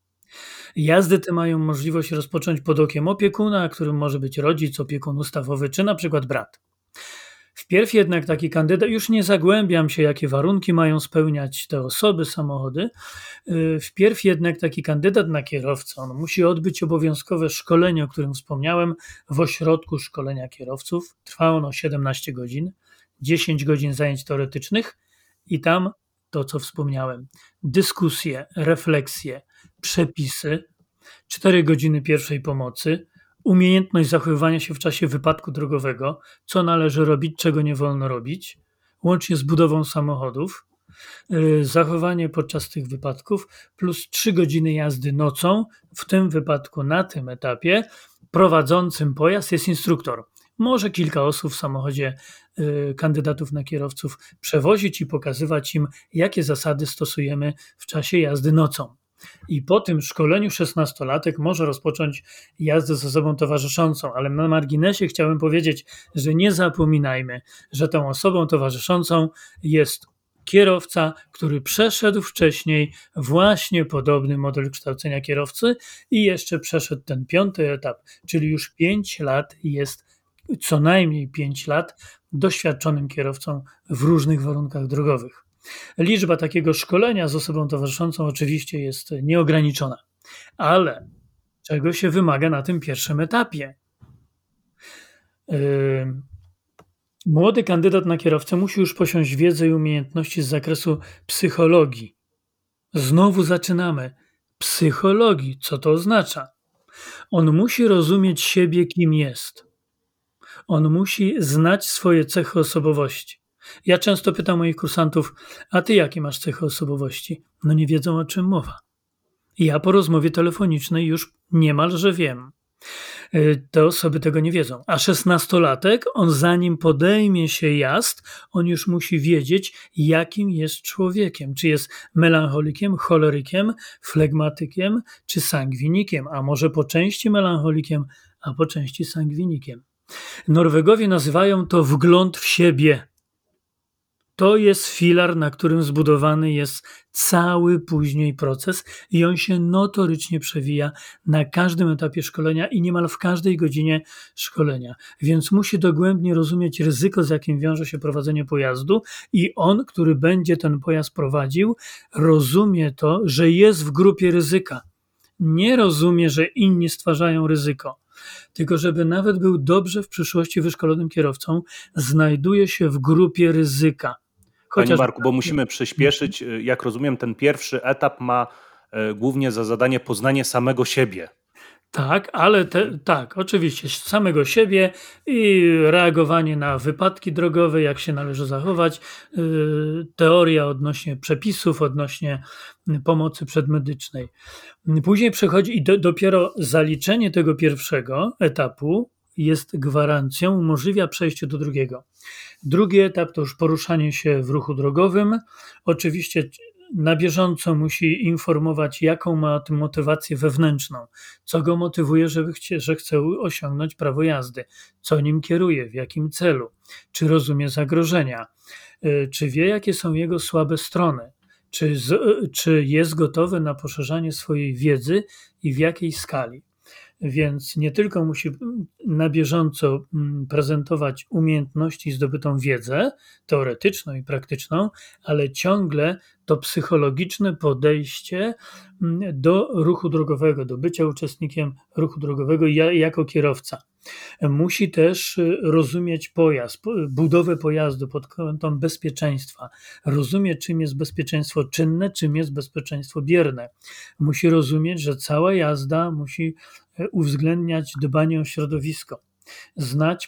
Jazdy te mają możliwość rozpocząć pod okiem opiekuna, którym może być rodzic, opiekun ustawowy czy na przykład brat. Wpierw jednak taki kandydat, już nie zagłębiam się, jakie warunki mają spełniać te osoby, samochody, wpierw jednak taki kandydat na kierowcę, on musi odbyć obowiązkowe szkolenie, o którym wspomniałem, w ośrodku szkolenia kierowców. Trwa ono 17 godzin, 10 godzin zajęć teoretycznych i tam to, co wspomniałem, dyskusje, refleksje, przepisy, 4 godziny pierwszej pomocy, umiejętność zachowywania się w czasie wypadku drogowego, co należy robić, czego nie wolno robić, łącznie z budową samochodów, zachowanie podczas tych wypadków, plus 3 godziny jazdy nocą. W tym wypadku, na tym etapie, prowadzącym pojazd jest instruktor. Może kilka osób w samochodzie kandydatów na kierowców przewozić i pokazywać im, jakie zasady stosujemy w czasie jazdy nocą. I po tym szkoleniu 16-latek może rozpocząć jazdę z osobą towarzyszącą, ale na marginesie chciałem powiedzieć, że nie zapominajmy, że tą osobą towarzyszącą jest kierowca, który przeszedł wcześniej właśnie podobny model kształcenia kierowcy i jeszcze przeszedł ten 5. etap, czyli już 5 lat jest, co najmniej 5 lat doświadczonym kierowcą w różnych warunkach drogowych. Liczba takiego szkolenia z osobą towarzyszącą oczywiście jest nieograniczona, ale czego się wymaga na tym pierwszym etapie. Młody kandydat na kierowcę musi już posiąść wiedzę i umiejętności z zakresu psychologii. Znowu zaczynamy. Psychologii. Co to oznacza? On musi rozumieć siebie, kim jest. On musi znać swoje cechy osobowości. Ja często pytam moich kursantów, a ty jakie masz cechy osobowości? No nie wiedzą, o czym mowa. Ja po rozmowie telefonicznej już niemalże wiem. Te osoby tego nie wiedzą. A 16-latek, on zanim podejmie się jazd, on już musi wiedzieć, jakim jest człowiekiem. Czy jest melancholikiem, cholerykiem, flegmatykiem, czy sangwinikiem, a może po części melancholikiem, a po części sangwinikiem. Norwegowie nazywają to wgląd w siebie. To jest filar, na którym zbudowany jest cały później proces i on się notorycznie przewija na każdym etapie szkolenia i niemal w każdej godzinie szkolenia. Więc musi dogłębnie rozumieć ryzyko, z jakim wiąże się prowadzenie pojazdu i on, który będzie ten pojazd prowadził, rozumie to, że jest w grupie ryzyka. Nie rozumie, że inni stwarzają ryzyko. Tylko żeby nawet był dobrze w przyszłości wyszkolonym kierowcą, znajduje się w grupie ryzyka. Panie Marku, bo musimy przyspieszyć. Jak rozumiem, ten pierwszy etap ma głównie za zadanie poznanie samego siebie. Tak, ale tak, oczywiście, samego siebie i reagowanie na wypadki drogowe, jak się należy zachować, teoria odnośnie przepisów, odnośnie pomocy przedmedycznej. Później przechodzi i dopiero zaliczenie tego pierwszego etapu jest gwarancją, umożliwia przejście do drugiego. Drugi etap to już poruszanie się w ruchu drogowym. Oczywiście na bieżąco musi informować, jaką ma motywację wewnętrzną, co go motywuje, że chce osiągnąć prawo jazdy, co nim kieruje, w jakim celu, czy rozumie zagrożenia, czy wie, jakie są jego słabe strony, czy jest gotowy na poszerzanie swojej wiedzy i w jakiej skali. Więc nie tylko musi na bieżąco prezentować umiejętności i zdobytą wiedzę teoretyczną i praktyczną, ale ciągle to psychologiczne podejście do ruchu drogowego, do bycia uczestnikiem ruchu drogowego jako kierowca. Musi też rozumieć pojazd, budowę pojazdu pod kątem bezpieczeństwa. Rozumie, czym jest bezpieczeństwo czynne, czym jest bezpieczeństwo bierne. Musi rozumieć, że cała jazda musi uwzględniać dbanie o środowisko. Znać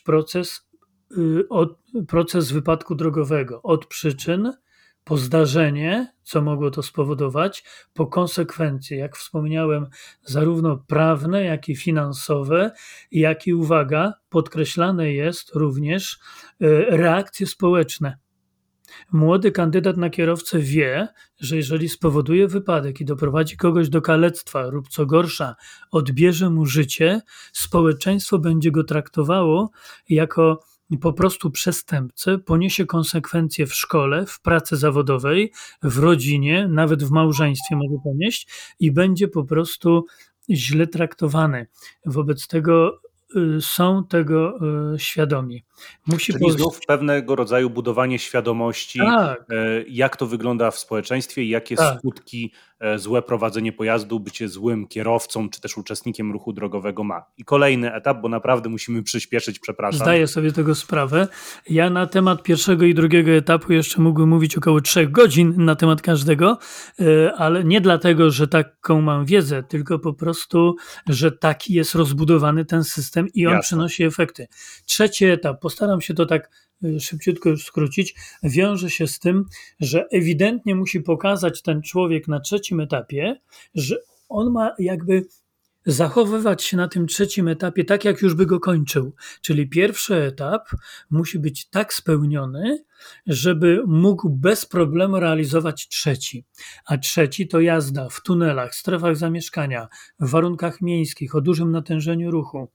proces wypadku drogowego od przyczyn, po zdarzenie, co mogło to spowodować, po konsekwencje, jak wspomniałem, zarówno prawne, jak i finansowe, jak i, uwaga, podkreślane jest również reakcje społeczne. Młody kandydat na kierowcę wie, że jeżeli spowoduje wypadek i doprowadzi kogoś do kalectwa lub co gorsza, odbierze mu życie, społeczeństwo będzie go traktowało jako po prostu przestępcę, poniesie konsekwencje w szkole, w pracy zawodowej, w rodzinie, nawet w małżeństwie może ponieść i będzie po prostu źle traktowany. Wobec tego są tego świadomi. Czyli znów pewnego rodzaju budowanie świadomości, tak, jak to wygląda w społeczeństwie i jakie skutki złe prowadzenie pojazdu, bycie złym kierowcą czy też uczestnikiem ruchu drogowego ma. I kolejny etap, bo naprawdę musimy przyspieszyć, przepraszam. Zdaję sobie tego sprawę. Ja na temat pierwszego i drugiego etapu jeszcze mógłbym mówić około 3 godzin na temat każdego, ale nie dlatego, że taką mam wiedzę, tylko po prostu, że taki jest rozbudowany ten system i on przynosi efekty. Trzeci etap, postaram się to tak szybciutko już skrócić, wiąże się z tym, że ewidentnie musi pokazać ten człowiek na trzecim etapie, że on ma jakby zachowywać się na tym trzecim etapie tak, jak już by go kończył. Czyli pierwszy etap musi być tak spełniony, żeby mógł bez problemu realizować trzeci. A trzeci to jazda w tunelach, strefach zamieszkania, w warunkach miejskich, o dużym natężeniu ruchu.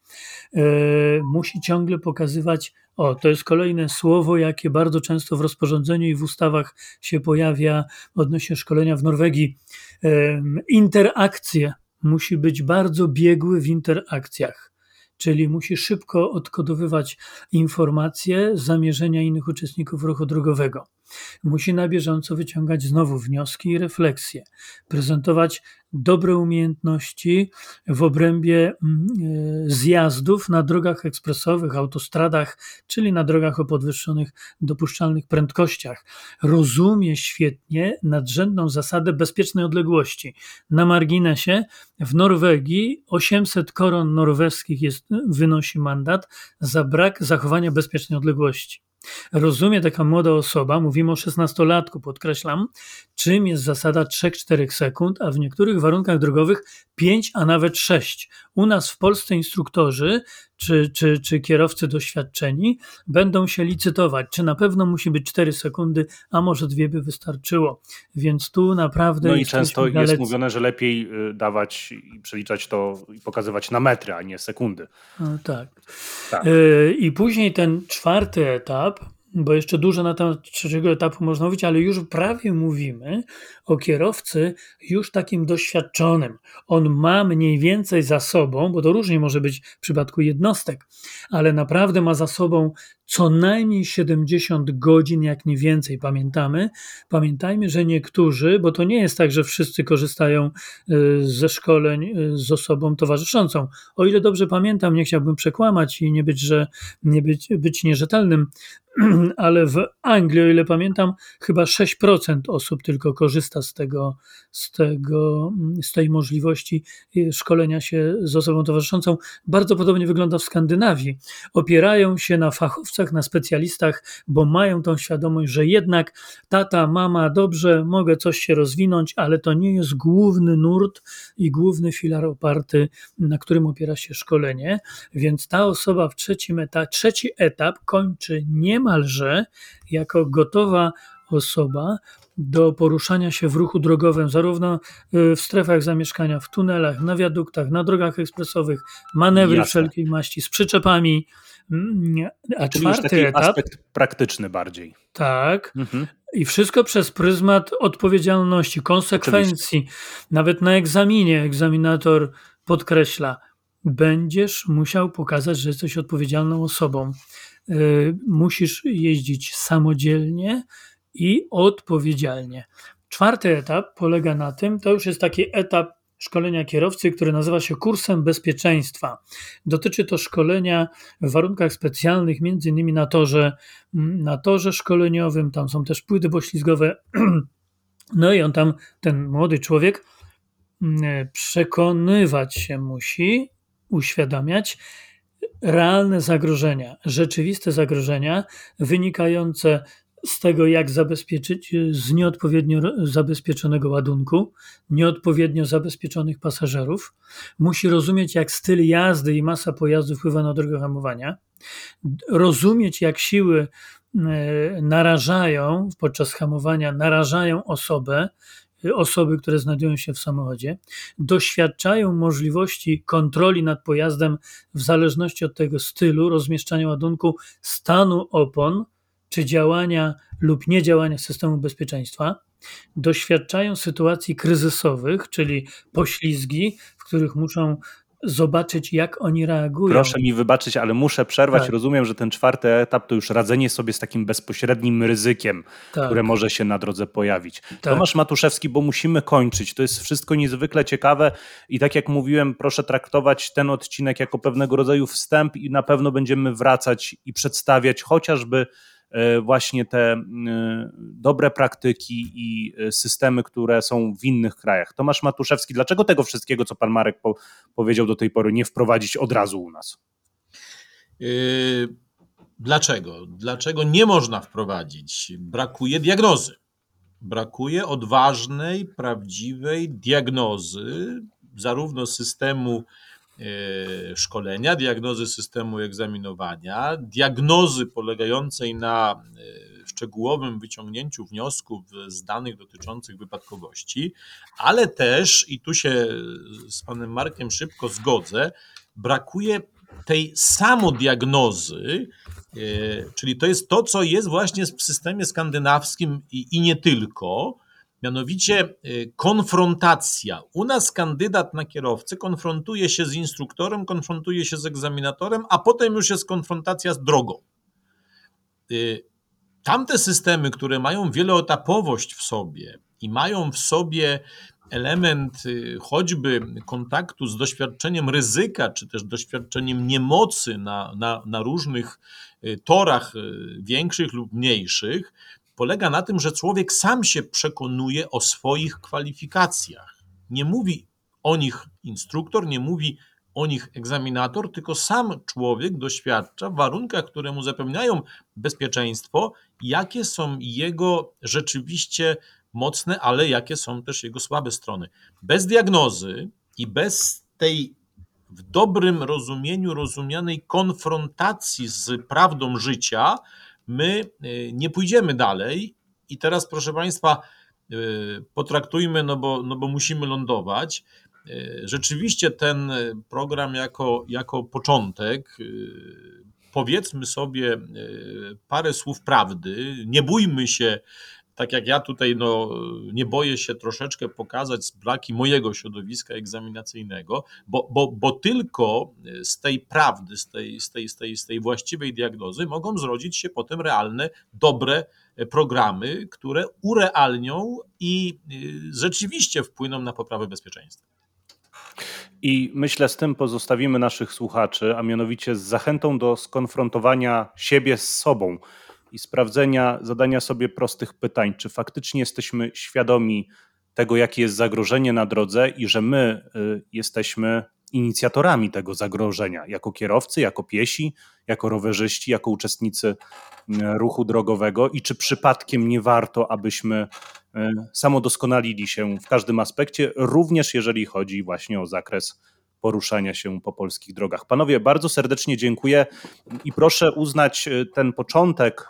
Musi ciągle pokazywać, to jest kolejne słowo, jakie bardzo często w rozporządzeniu i w ustawach się pojawia odnośnie szkolenia w Norwegii. Interakcje. Musi być bardzo biegły w interakcjach, czyli musi szybko odkodowywać informacje, zamierzenia innych uczestników ruchu drogowego. Musi na bieżąco wyciągać znowu wnioski i refleksje, prezentować dobre umiejętności w obrębie zjazdów na drogach ekspresowych, autostradach, czyli na drogach o podwyższonych dopuszczalnych prędkościach. Rozumie świetnie nadrzędną zasadę bezpiecznej odległości. Na marginesie w Norwegii 800 koron norweskich wynosi mandat za brak zachowania bezpiecznej odległości. Rozumie taka młoda osoba, mówimy o 16-latku, podkreślam, czym jest zasada 3-4 sekund, a w niektórych warunkach drogowych 5, a nawet 6. U nas w Polsce instruktorzy czy kierowcy doświadczeni będą się licytować, czy na pewno musi być 4 sekundy, a może 2 by wystarczyło. Więc tu naprawdę No i często jest dalecy. mówione, że lepiej dawać i przeliczać to i pokazywać na metry, a nie sekundy. No, tak. Tak. I później ten 4. etap, bo jeszcze dużo na temat 3. etapu można mówić, ale już prawie mówimy o kierowcy już takim doświadczonym. On ma mniej więcej za sobą, bo to różnie może być w przypadku jednostek, ale naprawdę ma za sobą co najmniej 70 godzin, jak nie więcej. Pamiętajmy, że niektórzy, bo to nie jest tak, że wszyscy korzystają ze szkoleń z osobą towarzyszącą. O ile dobrze pamiętam, nie chciałbym przekłamać i być nierzetelnym, ale w Anglii, o ile pamiętam, chyba 6% osób tylko korzysta z tej możliwości szkolenia się z osobą towarzyszącą. Bardzo podobnie wygląda w Skandynawii. Opierają się na fachowcach, na specjalistach, bo mają tą świadomość, że jednak tata, mama, dobrze, mogę coś się rozwinąć, ale to nie jest główny nurt i główny filar oparty, na którym opiera się szkolenie. Więc ta osoba w trzeci etap kończy niemalże jako gotowa osoba do poruszania się w ruchu drogowym, zarówno w strefach zamieszkania, w tunelach, na wiaduktach, na drogach ekspresowych, manewry wszelkiej maści z przyczepami. A Czyli już 4. taki etap, aspekt praktyczny bardziej. tak, i wszystko przez pryzmat odpowiedzialności, konsekwencji. Oczywiście. Nawet na egzaminie egzaminator podkreśla, będziesz musiał pokazać, że jesteś odpowiedzialną osobą. Musisz jeździć samodzielnie i odpowiedzialnie. 4. etap polega na tym, to już jest taki etap szkolenia kierowcy, który nazywa się kursem bezpieczeństwa. Dotyczy to szkolenia w warunkach specjalnych, między innymi na torze szkoleniowym, tam są też płyty poślizgowe. No i ten młody człowiek przekonywać się musi, uświadamiać realne zagrożenia, rzeczywiste zagrożenia wynikające z tego, jak zabezpieczyć z nieodpowiednio zabezpieczonego ładunku, nieodpowiednio zabezpieczonych pasażerów. Musi rozumieć, jak styl jazdy i masa pojazdu wpływa na drogę hamowania. Rozumieć, jak siły podczas hamowania narażają osoby, które znajdują się w samochodzie, doświadczają możliwości kontroli nad pojazdem w zależności od tego stylu, rozmieszczania ładunku, stanu opon, czy działania lub niedziałania systemu bezpieczeństwa, doświadczają sytuacji kryzysowych, czyli poślizgi, w których muszą zobaczyć, jak oni reagują. Proszę mi wybaczyć, ale muszę przerwać. Tak. Rozumiem, że ten 4. etap to już radzenie sobie z takim bezpośrednim ryzykiem, które może się na drodze pojawić. Tak. Tomasz Matuszewski, bo musimy kończyć. To jest wszystko niezwykle ciekawe i tak jak mówiłem, proszę traktować ten odcinek jako pewnego rodzaju wstęp i na pewno będziemy wracać i przedstawiać chociażby właśnie te dobre praktyki i systemy, które są w innych krajach. Tomasz Matuszewski, dlaczego tego wszystkiego, co pan Marek powiedział do tej pory, nie wprowadzić od razu u nas? Dlaczego? Dlaczego nie można wprowadzić? Brakuje diagnozy. Brakuje odważnej, prawdziwej diagnozy zarówno systemu szkolenia, diagnozy systemu egzaminowania, diagnozy polegającej na szczegółowym wyciągnięciu wniosków z danych dotyczących wypadkowości, ale też, i tu się z panem Markiem szybko zgodzę, brakuje tej samodiagnozy, czyli to jest to, co jest właśnie w systemie skandynawskim i nie tylko, mianowicie konfrontacja. U nas kandydat na kierowcę konfrontuje się z instruktorem, konfrontuje się z egzaminatorem, a potem już jest konfrontacja z drogą. tamte systemy, które mają wieloetapowość w sobie i mają w sobie element choćby kontaktu z doświadczeniem ryzyka, czy też doświadczeniem niemocy na różnych torach większych lub mniejszych, polega na tym, że człowiek sam się przekonuje o swoich kwalifikacjach. Nie mówi o nich instruktor, nie mówi o nich egzaminator, tylko sam człowiek doświadcza w warunkach, które mu zapewniają bezpieczeństwo, jakie są jego rzeczywiście mocne, ale jakie są też jego słabe strony. Bez diagnozy i bez tej w dobrym rozumieniu rozumianej konfrontacji z prawdą życia, my nie pójdziemy dalej. I teraz, proszę Państwa, potraktujmy, no bo musimy lądować. Rzeczywiście ten program jako początek, powiedzmy sobie parę słów prawdy, nie bójmy się, tak jak ja tutaj nie boję się troszeczkę pokazać braki mojego środowiska egzaminacyjnego, bo tylko z tej prawdy, z tej właściwej diagnozy mogą zrodzić się potem realne, dobre programy, które urealnią i rzeczywiście wpłyną na poprawę bezpieczeństwa. I myślę, z tym pozostawimy naszych słuchaczy, a mianowicie z zachętą do skonfrontowania siebie z sobą i sprawdzenia, zadania sobie prostych pytań, czy faktycznie jesteśmy świadomi tego, jakie jest zagrożenie na drodze i że my jesteśmy inicjatorami tego zagrożenia, jako kierowcy, jako piesi, jako rowerzyści, jako uczestnicy ruchu drogowego i czy przypadkiem nie warto, abyśmy samodoskonalili się w każdym aspekcie, również jeżeli chodzi właśnie o zakres poruszania się po polskich drogach. Panowie, bardzo serdecznie dziękuję i proszę uznać ten początek,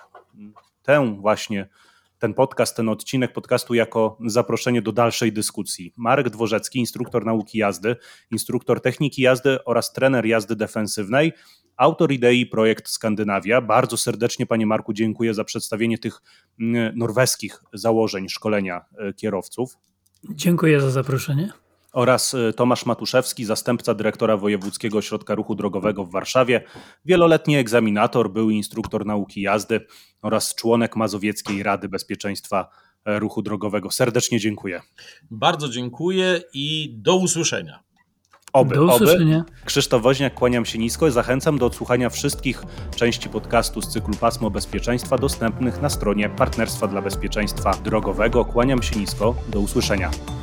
ten podcast, ten odcinek podcastu jako zaproszenie do dalszej dyskusji. Marek Dworzecki, instruktor nauki jazdy, instruktor techniki jazdy oraz trener jazdy defensywnej, autor idei Projekt Skandynawia. Bardzo serdecznie, panie Marku, dziękuję za przedstawienie tych norweskich założeń szkolenia kierowców. Dziękuję za zaproszenie. Oraz Tomasz Matuszewski, zastępca dyrektora Wojewódzkiego Ośrodka Ruchu Drogowego w Warszawie, wieloletni egzaminator, były instruktor nauki jazdy oraz członek Mazowieckiej Rady Bezpieczeństwa Ruchu Drogowego. Serdecznie dziękuję. Bardzo dziękuję i do usłyszenia. Do usłyszenia. Krzysztof Woźniak, kłaniam się nisko i zachęcam do odsłuchania wszystkich części podcastu z cyklu Pasmo Bezpieczeństwa dostępnych na stronie Partnerstwa dla Bezpieczeństwa Drogowego. Kłaniam się nisko, do usłyszenia.